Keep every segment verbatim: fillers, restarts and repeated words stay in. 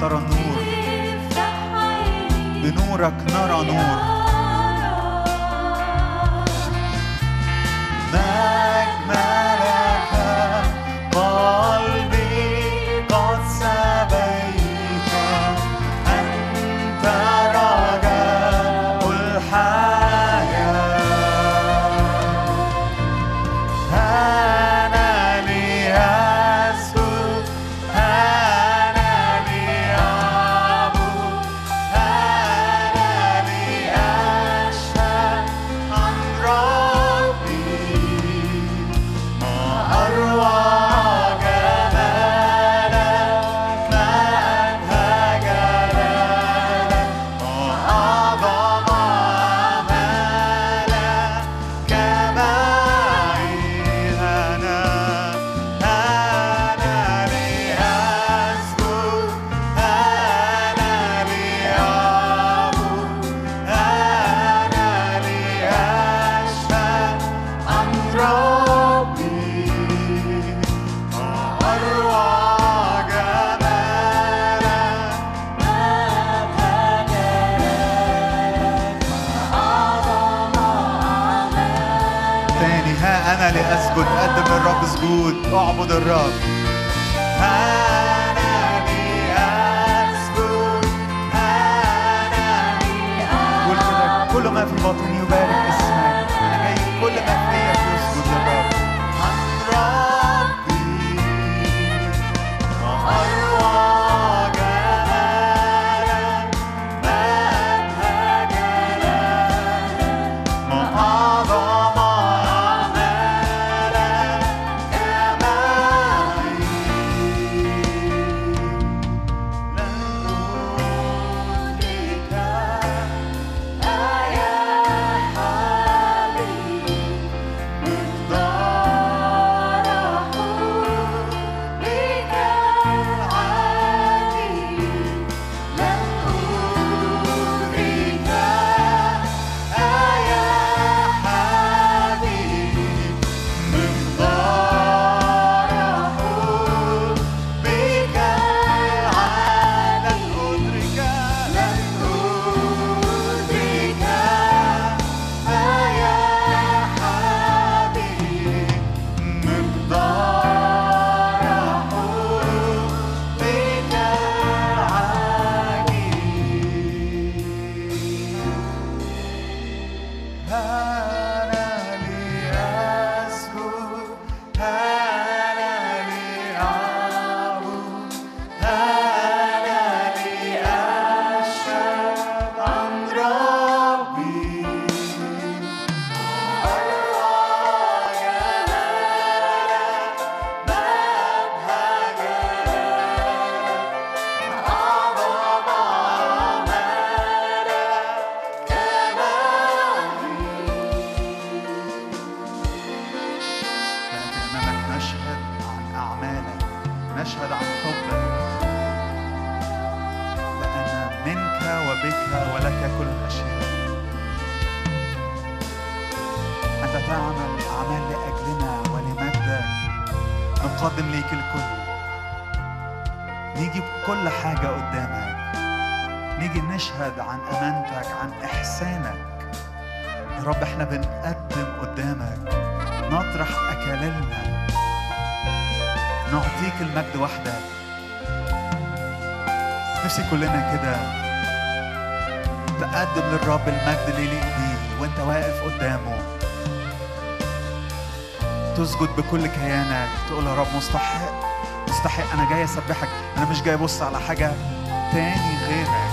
ترى النور، بنورك نرى نور. لأسجد، قدم للرب سجود، اعبد الرب. أنا لأسجد، أنا قول كده كل ما في باطني يبارك اسمك. أنا جاي كل ما فيا يسجد للرب. عن ربي وأروع جمالك، مبهى جلالك، ما أعظم عن أمانتك، عن إحسانك. يا رب احنا بنقدم قدامك، نطرح أكلالنا، نعطيك المجد وحدك. نفسي كلنا كده تقدم للرب المجد اللي يليق بيه وانت واقف قدامه، تسجد بكل كيانك، تقول يا رب مستحق مستحق، أنا جاي أسبحك، أنا مش جاي أبص على حاجة تاني غيرك.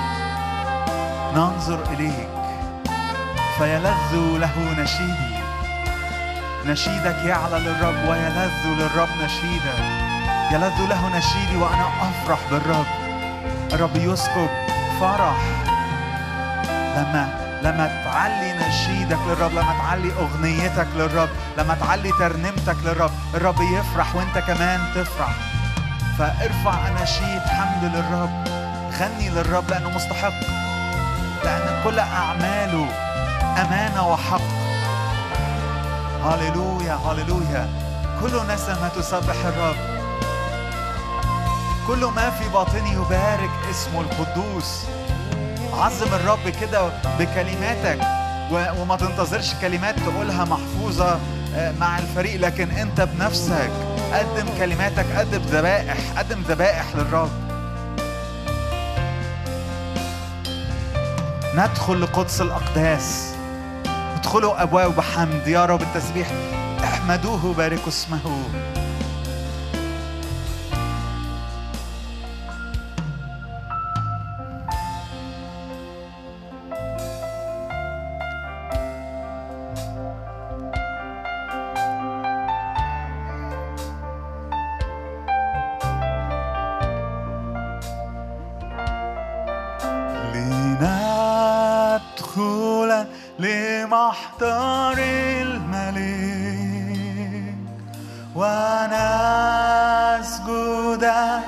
ننظر إليك فيلذ له نشيدي، نشيدك يعلى للرب ويلذ للرب نشيدك، يلذ له نشيدي وأنا أفرح بالرب. الرب يسكب فرح لما لما تعلي نشيدك للرب، لما تعلي أغنيتك للرب، لما تعلي ترنيمتك للرب، الرب يفرح وانت كمان تفرح. فارفع أناشيد حمد للرب، غني للرب لأنه مستحق، لأن كل أعماله أمانة وحق. هاليلويا هاليلويا. كل نسمة تسبح الرب. كل ما في باطني يبارك اسمه القدوس. عظم الرب كده بكلماتك، وما تنتظرش كلمات تقولها محفوظة مع الفريق، لكن أنت بنفسك قدم كلماتك، قدم ذبائح، قدم ذبائح للرب. ندخل لقدس الأقداس. ادخلوا أبواب بحمد يا رب التسبيح، احمدوه وباركوا اسمه. لمحضر الملك ونسجد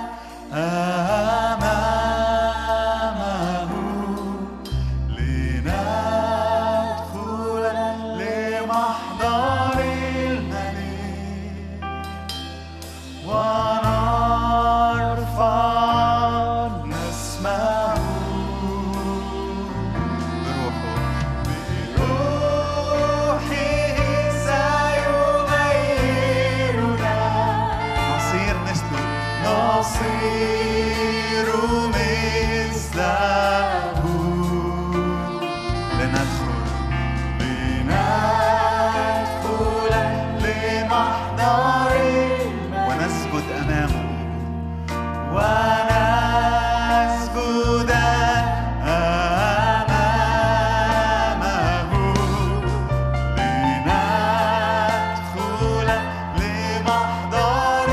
أمامه، لندخل لمحضر الملك ونرفع اسمه. نصير مثله، لندخل لندخل لمحضر ونسجد أمامه، ونسجد أمامه، لندخل لمحضر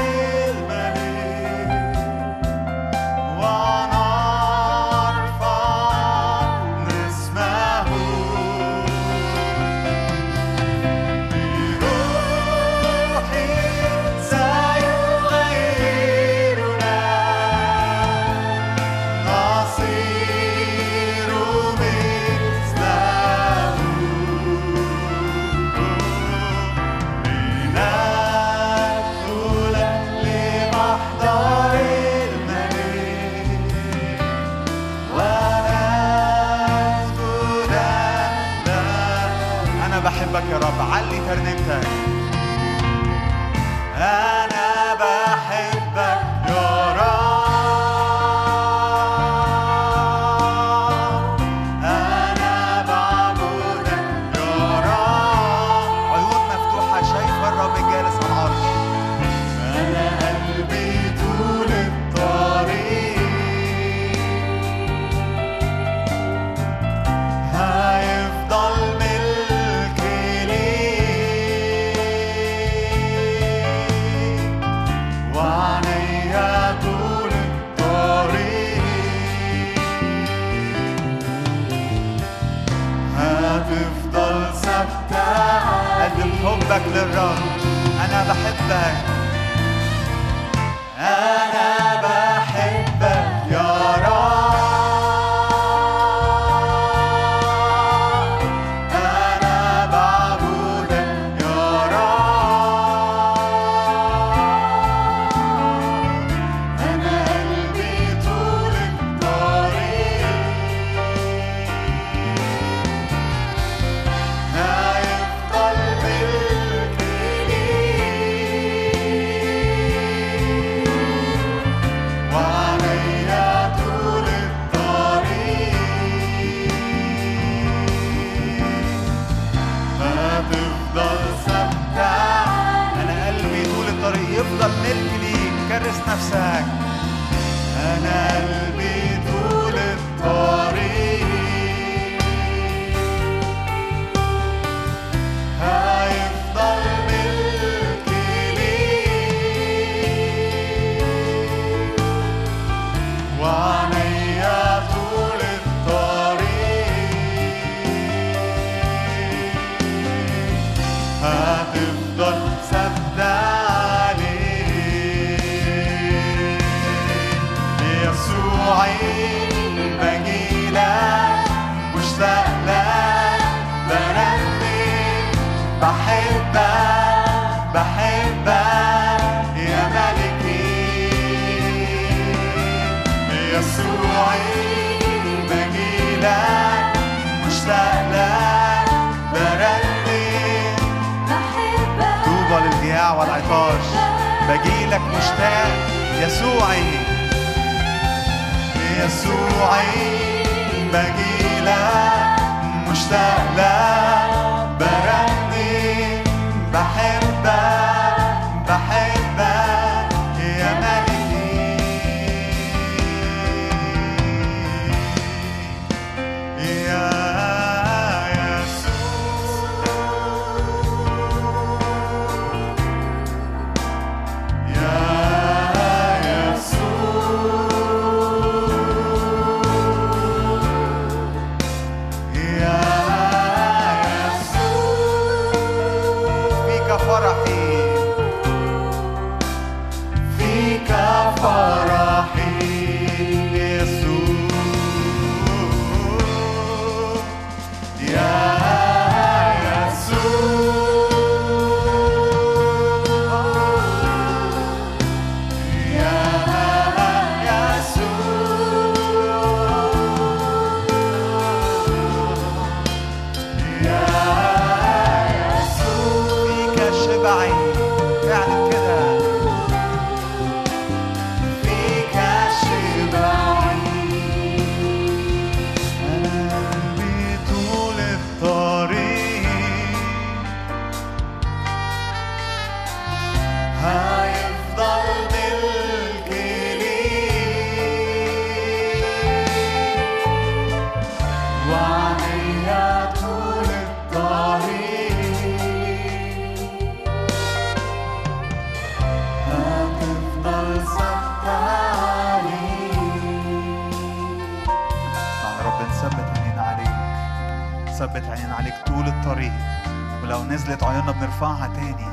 يا رب. علي ترنيمتك. أنا بحبك يا رب، أنا بعبدك يا رب. عيون مفتوحة شايفة الرب جالس على العرش. أنا قلبي طول الطريق هيفضل هتفضل ثابتة. قدم حبك للرب. أنا بحبك، أنا بحبك يا رب، أنا بعبدك يا رب. أنا قلبي طول الطريق هيفضل ملكي ليك. لك مشتاق. يسوعي يسوعي بجيلك مشتاق لك برنم بحبك بحبك يا ملكي يا ثبت عينينا عليك طول الطريق، ولو نزلت عيوننا بنرفعها تاني.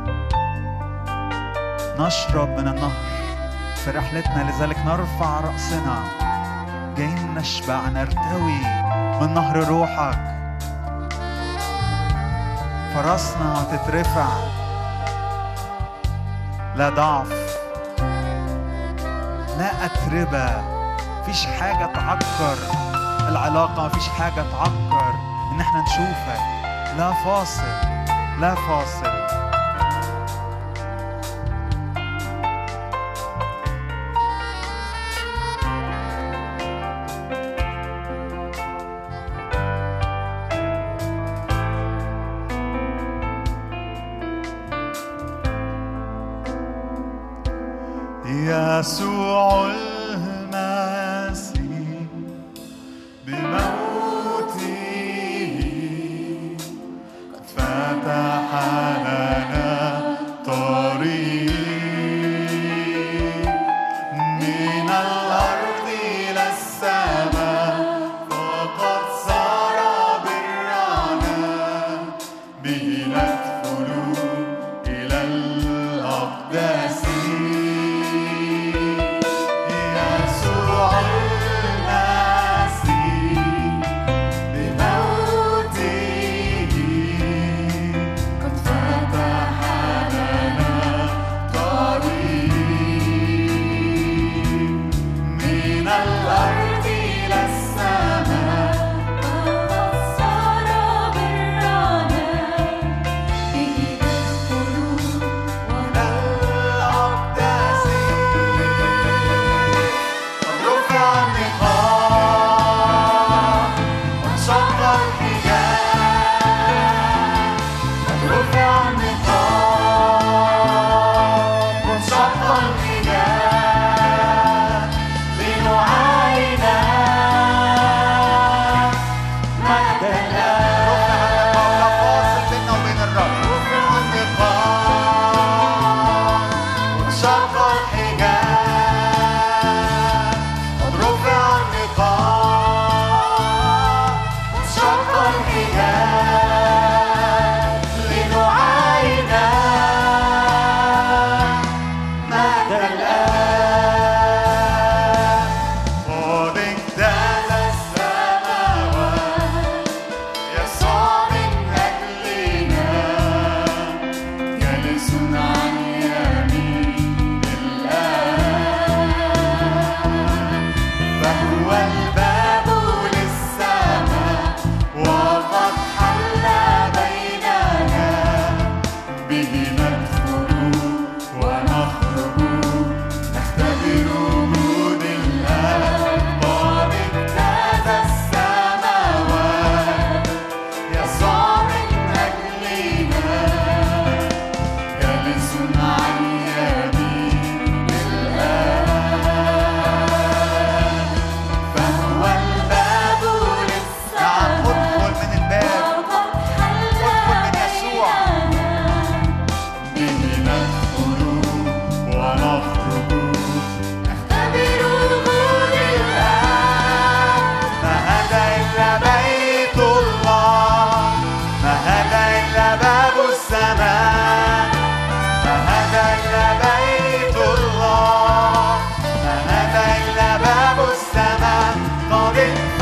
نشرب من النهر في رحلتنا، لذلك نرفع رأسنا جايين نشبع نرتوي من نهر روحك. فراسنا تترفع، لا ضعف لا أتربة، مفيش حاجة تعكر العلاقة، مفيش حاجة تعكر إن احنا نشوفك. لا فاصل لا فاصل. يسوع المسيح بموته قد فتح لنا طريق من الأرض إلى السماء، فقد صار برنا به ندخل إلى الأقداس.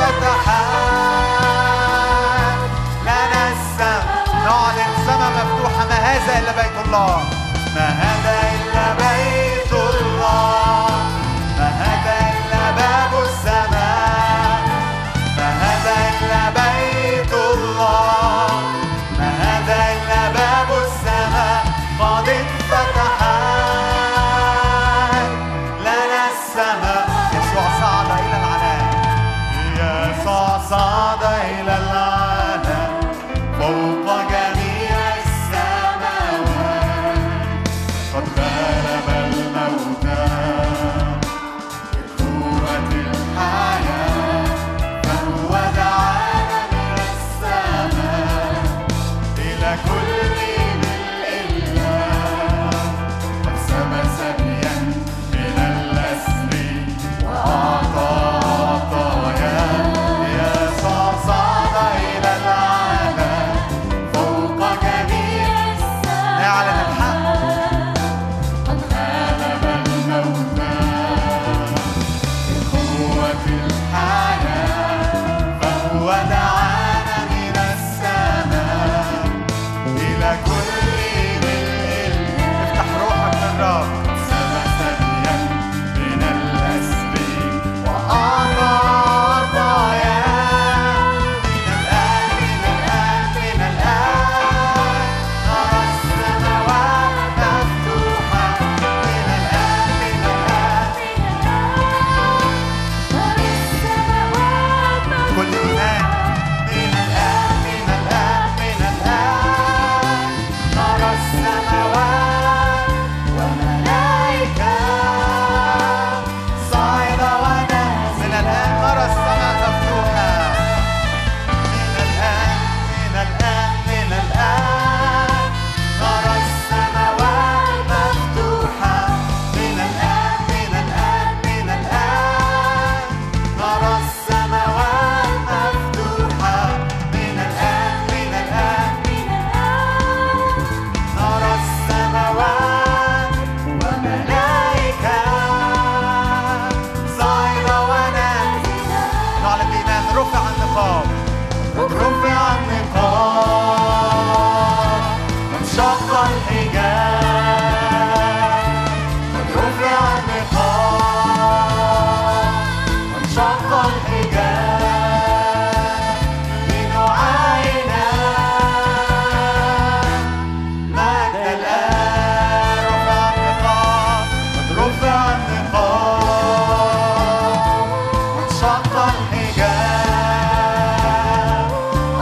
انفتحت لنا السماء. نعلن سماء مفتوحة. ما هذا إلا بيت الله، ما هذا إلا بيت الله، ما هذا إلا باب السماء، ما هذا إلا بيت الله، ما هذا إلا باب السماء. قد انفتحت لنا السماء. يسوع صعد إلى العلام، يسوع صعد إلى العلام فوق جميع السماوات. قد غلب الموتى بقوة الحياة، فهو دعانا من السماء إلى كل ملء الله. قد سبى سبيا من الأسر وأعطى عطايا. يسوع صعد إلى العالم فوق جميع السماوات. نعلن الحق. قد غلب الموتى بقوة الحياة، فهو دعانا من السماء إلى كل ملء. افتح روحك للرب. سبى سبيا من الأسر وأعطى عطايا. من الآن من الآن من الآن نرى السماوات مفتوحة. من الآن من الآن كل إيمان. من الآن من الآن من الآن نرى السماوات وملائكة صاعدة ونازلة. من الآن نرى السماء مفتوحة. من الآن من الآن من الآن نرى السماوات مفتوحة. من الآن من الآن من الآن نرى السماوات مفتوحة. من الآن من الآن نرى السماوات وملائكة صاعدة ونازلة. نعلن بإيمان رفع النقاب، رفع النقاب، وانشق الحجاب. قد رفع النقاب وانشق الحجاب لنعاين مجد الآن. رفع النقاب، قد رفع النقاب وانشق الحجاب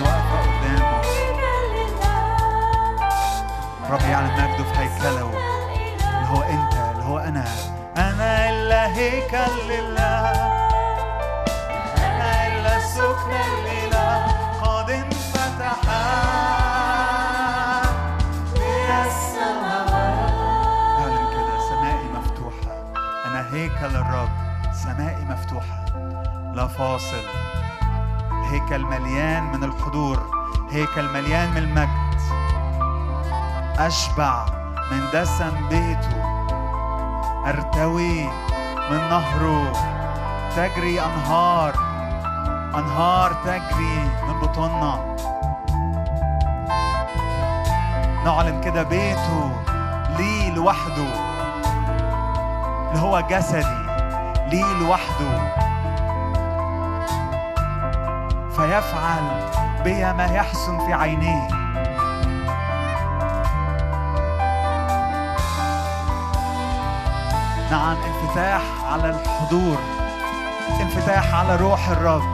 اللي واقفة قدامه. رب يعلن مجده في هيكله اللي هو أنت، اللي هو أنا. أنا إلا هيكل لله، أنا إلا سكن لله، قد انفتحت لي السماوات. اعلن كده، سمائي مفتوحة. أنا هيكل الرب، سمائي مفتوحة لا فاصل. هيكل مليان من الحضور، هيكل مليان من المجد. أشبع من دسم بيته، أرتوي من نهره، تجري أنهار، أنهار تجري من بطننا. نعلن كده بيته لي لوحده، اللي هو جسدي لي لوحده، فيفعل بي ما يحسن في عينيه. نعم، انفتاح على الحضور، انفتاح على روح الرب.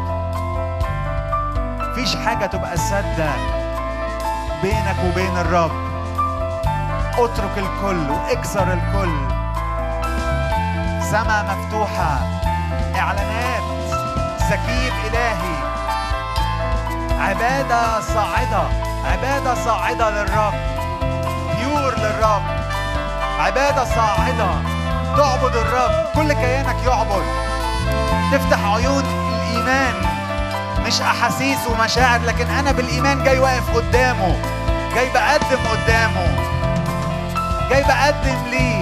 فيش حاجة تبقى سادة بينك وبين الرب. اترك الكل واكسر الكل. سماء مفتوحة، اعلانات، سكيب إلهي، عبادة صاعدة، عبادة صاعدة للرب، بيور للرب، عبادة صاعدة. تعبد الرب، كل كيانك يعبد. تفتح عيون الإيمان، مش أحاسيس ومشاعر، لكن أنا بالإيمان جاي واقف قدامه، جاي بقدم قدامه، جاي بقدم ليه.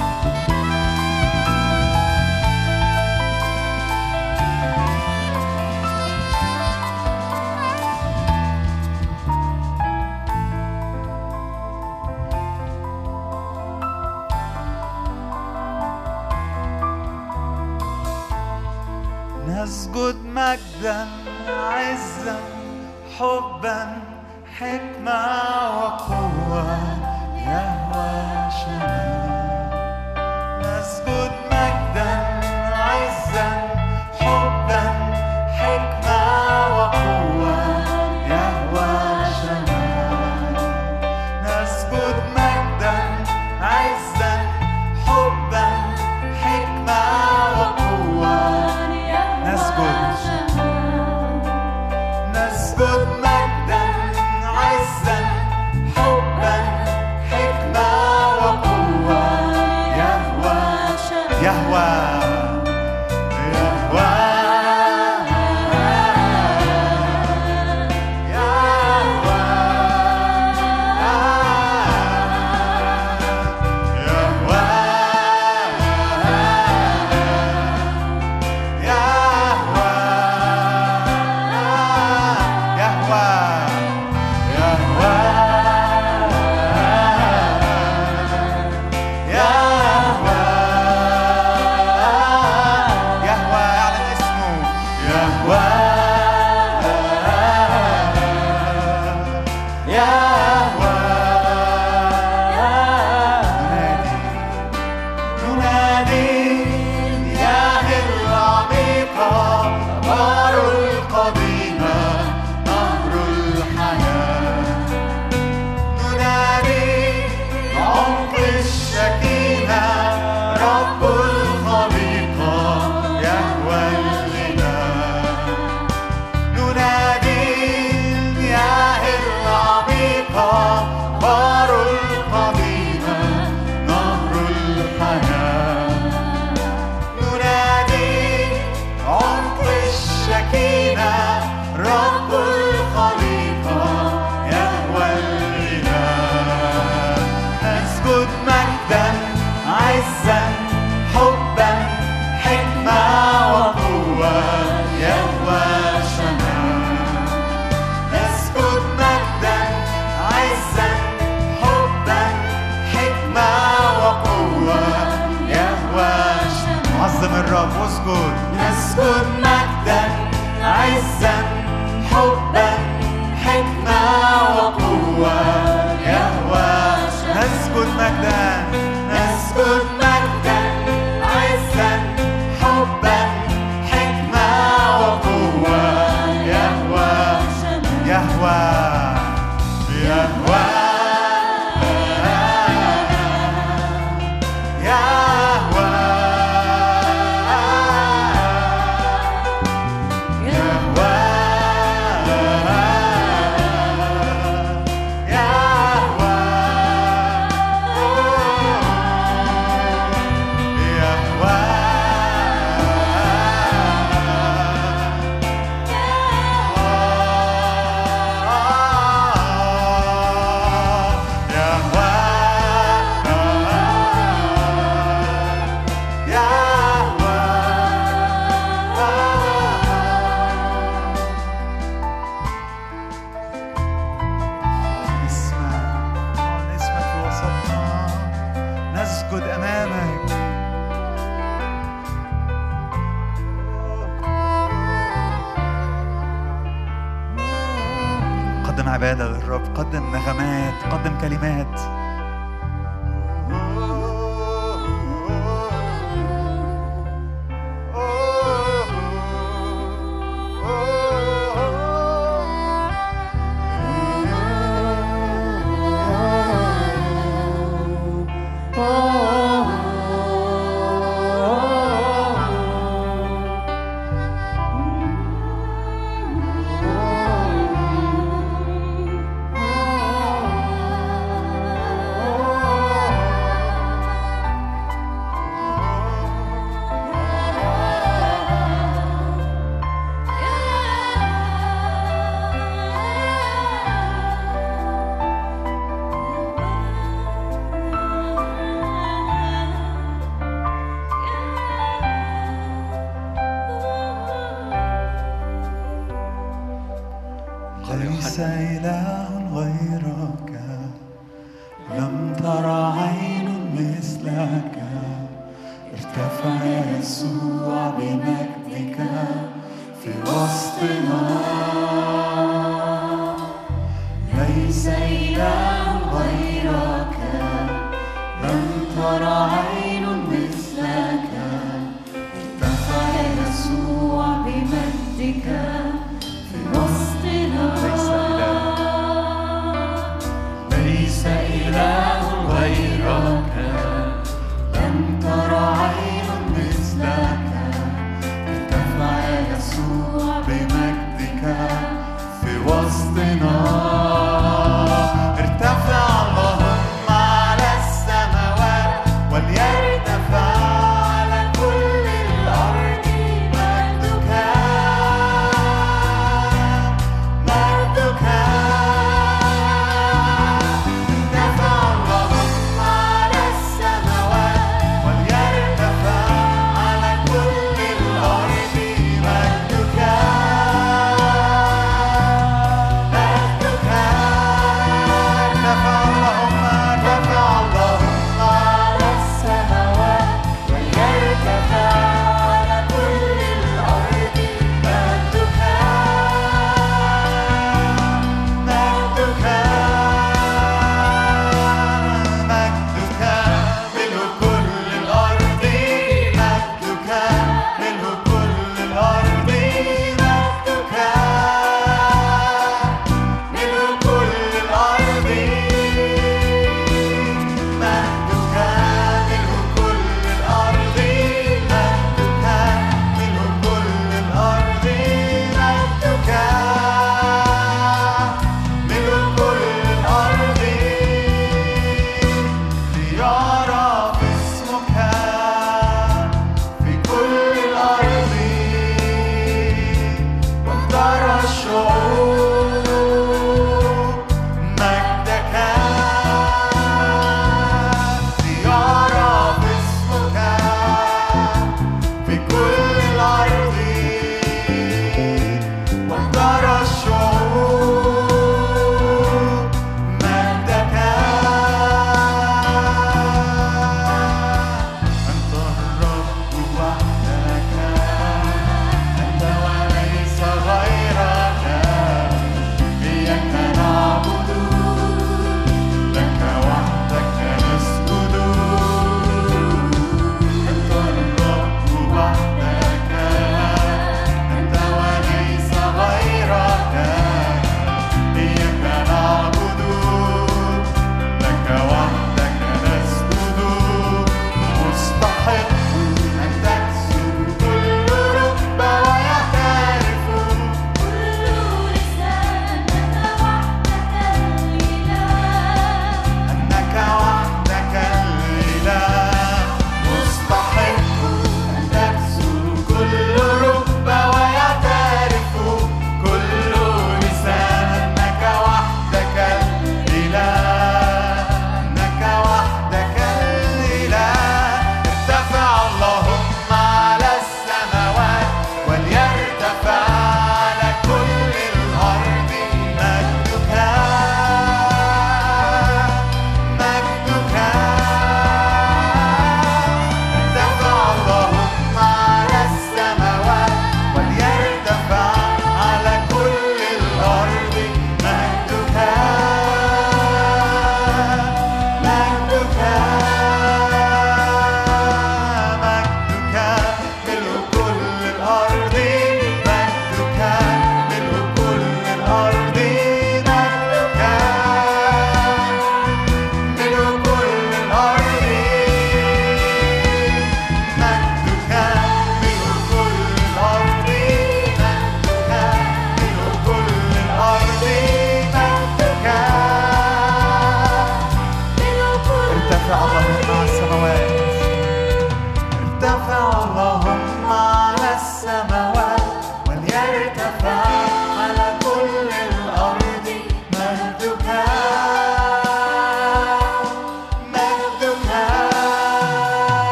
نسجد مجدا عزا حبا حكمة وقوة يهوى شمال. نسجد مجدا عزا حبا حكمة وقوة يهوى شمال. نسجد مجدا عزا حبا حكمة وقوة. نسجد نسجد مجدا عزا حبا حكمة وقوة يهوى عبادة للرب، قدم نغمات، قدم كلمات. ليس إله غيرك، لم تر عين مثلك. ارتفع يسوع بمجدك في وسطنا. ليس إله غيرك، لم تر عين مثلك. ارتفع يسوع بمجدك في وسطنا. ليس إله غيرك، لم تر عين مثلك. ارتفع يسوع بمجدك في وسطنا. ارتفع اللهم على السماوات، وليرتفع على كل الأرض مجدك. مجدك ارتفع اللهم على السماوات، وليرتفع على كل الأرض مجدك. مجدك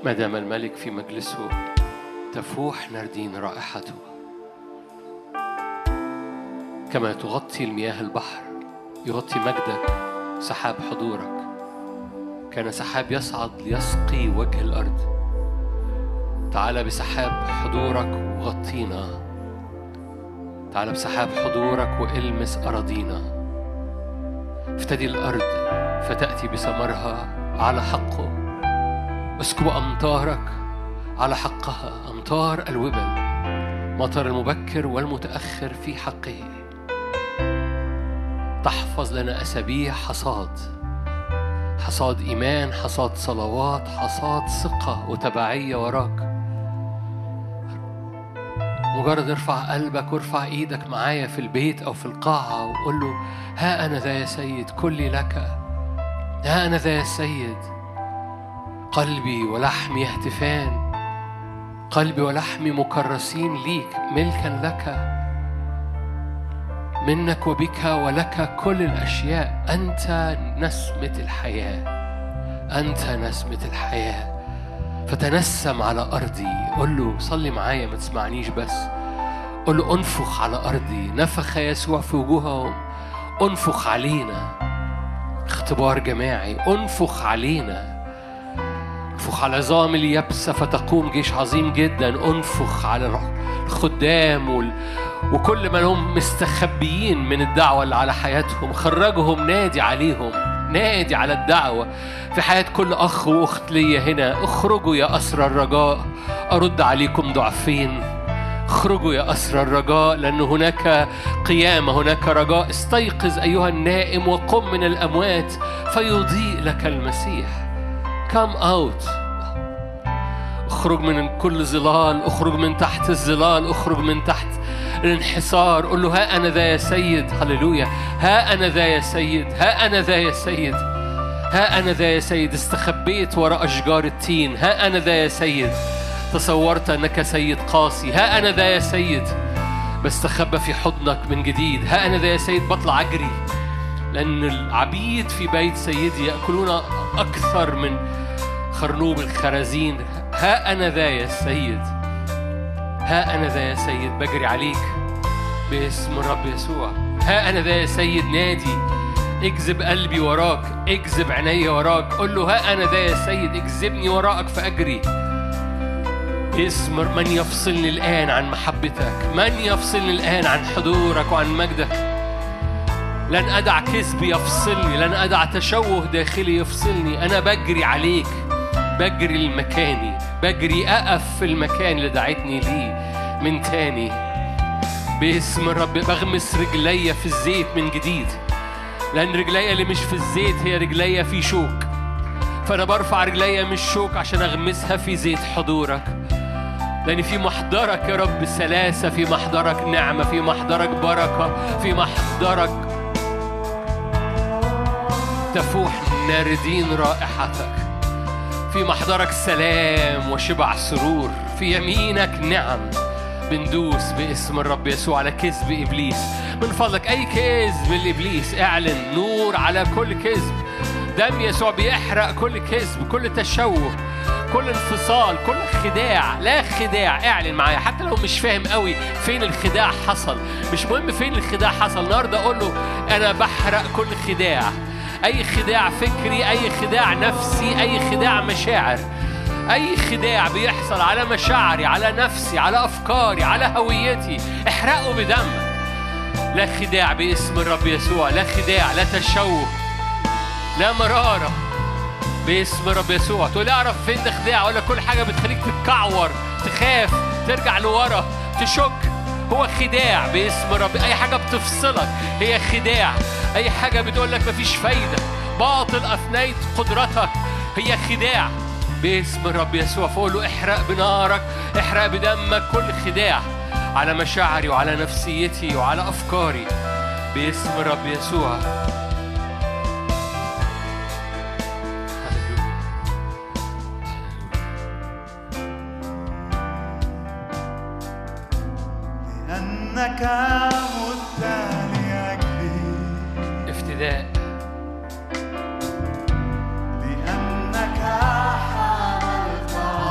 ما دام الملك في مجلسه تفوح ناردين رائحته. كما تغطي المياه البحر يغطي مجدك سحاب حضورك. كان سحاب يصعد ليسقي وجه الأرض. تعال بسحاب حضورك وغطينا. تعال بسحاب حضورك وإلمس أراضينا. افتدي الأرض فتأتي بثمرها على حقه. اسكب أمطارك على حقها، أمطار الوبل، مطر المبكر والمتأخر في حقه. تحفظ لنا أسابيع حصاد، حصاد إيمان، حصاد صلوات، حصاد ثقة وتبعية وراك. مجرد ارفع قلبك وارفع ايدك معايا في البيت أو في القاعة وقول له ها أنا ذا يا سيد، كلي لك. ها أنا ذا يا سيد، قلبي ولحمي يهتفان، قلبي ولحمي مكرسين ليك، ملكا لك، منك وبك ولك كل الأشياء. أنت نسمة الحياة، أنت نسمة الحياة. فتنسم على أرضي. قل له صلي معايا، ما تسمعنيش بس. قل له أنفخ على أرضي. نفخ يسوع في وجوههم. أنفخ علينا. اختبار جماعي. أنفخ علينا. انفخ على العظام اليابسة فتقوم جيش عظيم جدا. أنفخ على الخدام وال... وكل ما هم مستخبيين من الدعوة اللي على حياتهم. خرجهم، نادي عليهم، نادي على الدعوة في حياة كل أخ وأخت ليا هنا. اخرجوا يا أسرى الرجاء، أرد عليكم ضعفين. اخرجوا يا أسرى الرجاء، لأن هناك قيامة، هناك رجاء. استيقظ أيها النائم وقم من الأموات فيضيء لك المسيح. Come out. اخرج من كل ظلال، اخرج من تحت الظلال، اخرج من تحت الانحسار. قل له ها أنا ذا يا سيد. هللويا. ها أنا ذا يا سيد، ها أنا ذا يا سيد، ها أنا ذا يا سيد. استخبيت وراء أشجار التين. ها أنا ذا يا سيد. تصورت أنك سيد قاسي. ها أنا ذا يا سيد. بستخبى في حضنك من جديد. ها أنا ذا يا سيد. بطلع أجري، لأن العبيد في بيت سيدي يأكلون أكثر من خرنوب الخرازين. ها أنا ذا يا سيد، ها أنا ذا يا سيد. بجري عليك باسم الرب يسوع. ها أنا ذا يا سيد. نادي، اجذب قلبي وراك، اجذب عيني وراك. قل له ها أنا ذا يا سيد، اجذبني وراءك فأجري. اسم من يفصلني الآن عن محبتك، من يفصلني الآن عن حضورك وعن مجدك. لن أدع كذب يفصلني، لن أدع تشوه داخلي يفصلني. أنا بجري عليك، بجري المكاني، بجري أقف في المكان اللي دعيتني ليه من تاني. باسم الرب بغمس رجلي في الزيت من جديد، لأن رجلي اللي مش في الزيت هي رجلي في شوك. فأنا برفع رجلي من الشوك عشان أغمسها في زيت حضورك، لأن في محضرك يا رب سلاسة، في محضرك نعمة، في محضرك بركة، في محضرك تفوح ناردين رائحتك، في محضرك سلام وشبع سرور، في يمينك نعم. بندوس باسم الرب يسوع على كذب إبليس. من فضلك أي كذب لإبليس اعلن نور على كل كذب. دم يسوع بيحرق كل كذب، كل تشوه، كل انفصال، كل خداع. لا خداع. اعلن معايا حتى لو مش فاهم قوي فين الخداع حصل، مش مهم فين الخداع حصل. النهارده اقول له انا بحرق كل خداع، اي خداع فكري، اي خداع نفسي، اي خداع مشاعر، اي خداع بيحصل على مشاعري، على نفسي، على افكاري، على هويتي. احرقه بدمك. لا خداع باسم الرب يسوع، لا خداع، لا تشوه، لا مرارة باسم الرب يسوع. تقول لي اعرف فين ده خداع؟ ولا كل حاجة بتخليك تتكعور، تخاف، ترجع لورا، تشك، هو خداع باسم الرب. اي حاجة بتفصلك هي خداع، اي حاجة بتقول لك مفيش فايدة، باطل افنيت قدرتك، هي خداع باسم الرب يسوع. فقول له احرق بنارك، احرق بدمك كل خداع على مشاعري وعلى نفسيتي وعلى افكاري باسم الرب يسوع. لأنك مت لأجلي افتداء، لأنك حملت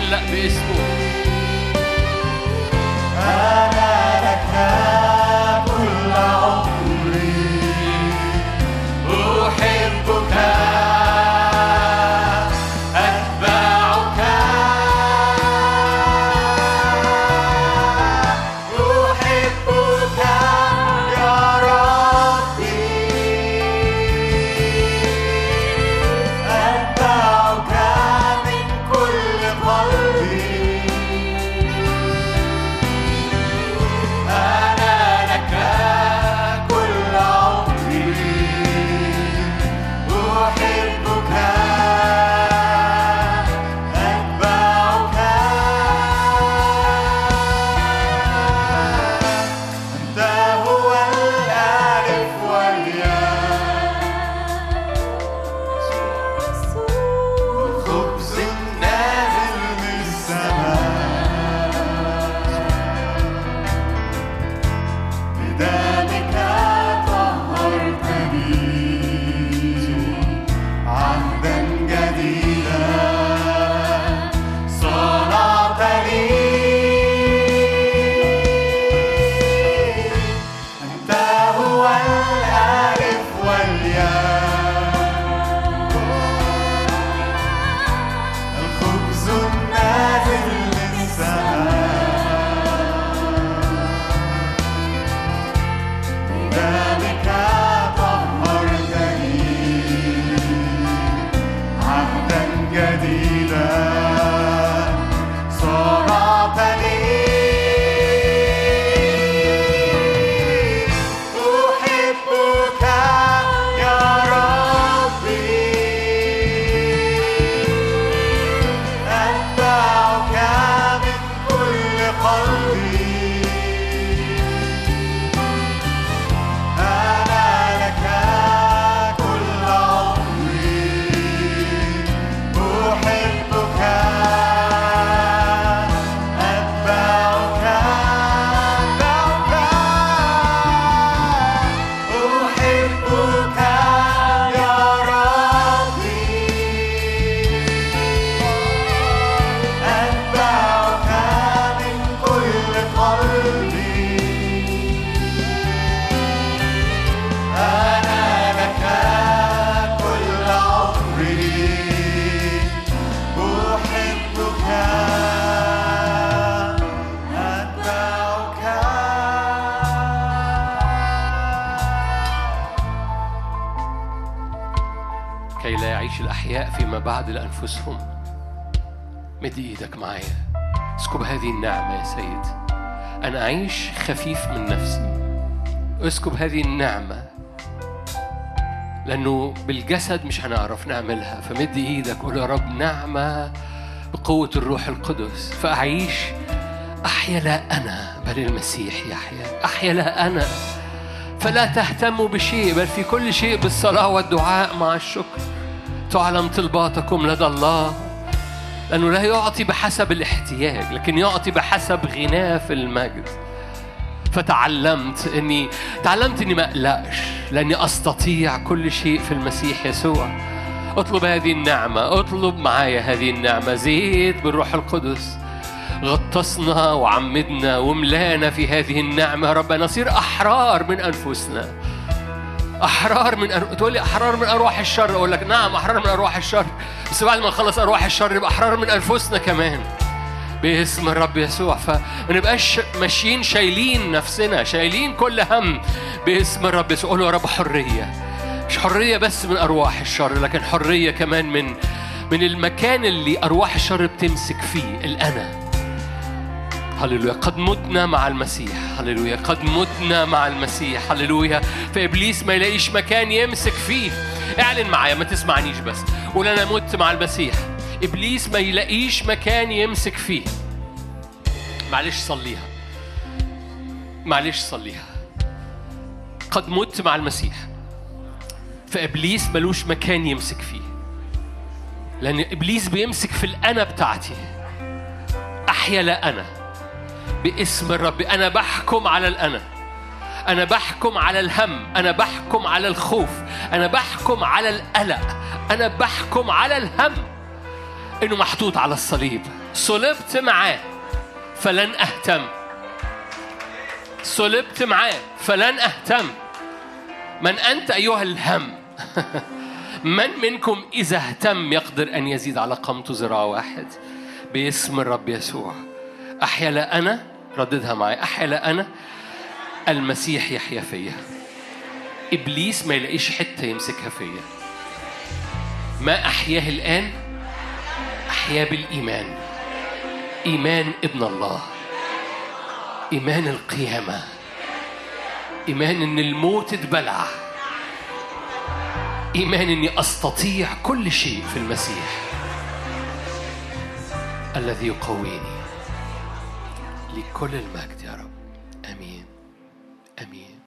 تعلق باسمه. أنا لك كل عمري أحبك أتبعك أحبك يا ربي أتبعك من كل قلبي أنا لك كل عمري أحبك أتبعك أنت هو الألف والياء الخبز النازل من السماء بدمك طهرتني عهدا جديدا صنعت لي أنت هو الألف والياء الخبز النازل من السماء بدمك طهرتني عهدا جديدا صنعت لي أحبك يا ربي أتبعك من كل قلبي أنا لك كل عمري أحبك أتبعك أتبعك أحبك يا ربي أتبعك من كل قلبي أنا لك كل عمري أحبك أتبعك كي لا يعيش الأحياء فيما بعد لأنفسهم. مد إيدك معايا، اسكب هذه النعمة يا سيد. أنا أعيش خفيف من نفسي، اسكب هذه النعمة، لأنه بالجسد مش هنعرف نعملها. فمد إيدك قول يا رب نعمة بقوة الروح القدس، فأعيش أحيا لا أنا بل المسيح يحيا. أحيا لا أنا، فلا تهتموا بشيء بل في كل شيء بالصلاة والدعاء مع الشكر تعلم طلباتكم لدى الله، لأنه لا يعطي بحسب الاحتياج لكن يعطي بحسب غناه في المجد. فتعلمت إني تعلمت إني ما أقلقش لأني أستطيع كل شيء في المسيح يسوع. اطلب هذه النعمة، اطلب معايا هذه النعمة. زيت بالروح القدس غطسنا وعمدنا وملانا في هذه النعمة. رب نصير أحرار من أنفسنا، أحرار من أر... تقول لي أحرار من أرواح الشر، أقول لك نعم أحرار من أرواح الشر، بس بعد ما نخلص أرواح الشر يبقى أحرار من أنفسنا كمان باسم الرب يسوع. فما نبقاش ماشيين شايلين نفسنا، شايلين كل هم باسم الرب يسوع. قولوا يا رب حرية، مش حرية بس من أرواح الشر لكن حرية كمان من من المكان اللي أرواح الشر بتمسك فيه، الأنا. هللويا. قد متنا مع المسيح، هللويا. قد متنا مع المسيح، هللويا. فإبليس ما يلاقيش مكان يمسك فيه. اعلن معايا، ما تسمعنيش بس، قول أنا مت مع المسيح. إبليس ما يلاقيش مكان يمسك فيه. معلش صليها، معلش صليها. قد مت مع المسيح، فإبليس ملوش مكان يمسك فيه، لأن إبليس بيمسك في الأنا بتاعتي. أحيا لا أنا باسم الرب. أنا بحكم على الأنا، أنا بحكم على الهم، أنا بحكم على الخوف، أنا بحكم على القلق، أنا بحكم على الهم إنه محطوط على الصليب. صلبت معاه فلن أهتم، صلبت معاه فلن أهتم. من أنت أيها الهم؟ من منكم إذا اهتم يقدر أن يزيد على قامته ذراع واحد؟ باسم الرب يسوع. أحيا لا أنا، رددها معي، أحيا لا أنا، المسيح يحيا فيا. إبليس ما يلاقيش حتة يمسكها فيا. ما أحياه الآن أحياه بالإيمان، إيمان ابن الله، إيمان القيامة، إيمان إن الموت اتبلع، إيمان إني أستطيع كل شيء في المسيح الذي يقويني. لكل المجد يا رب. آمين آمين.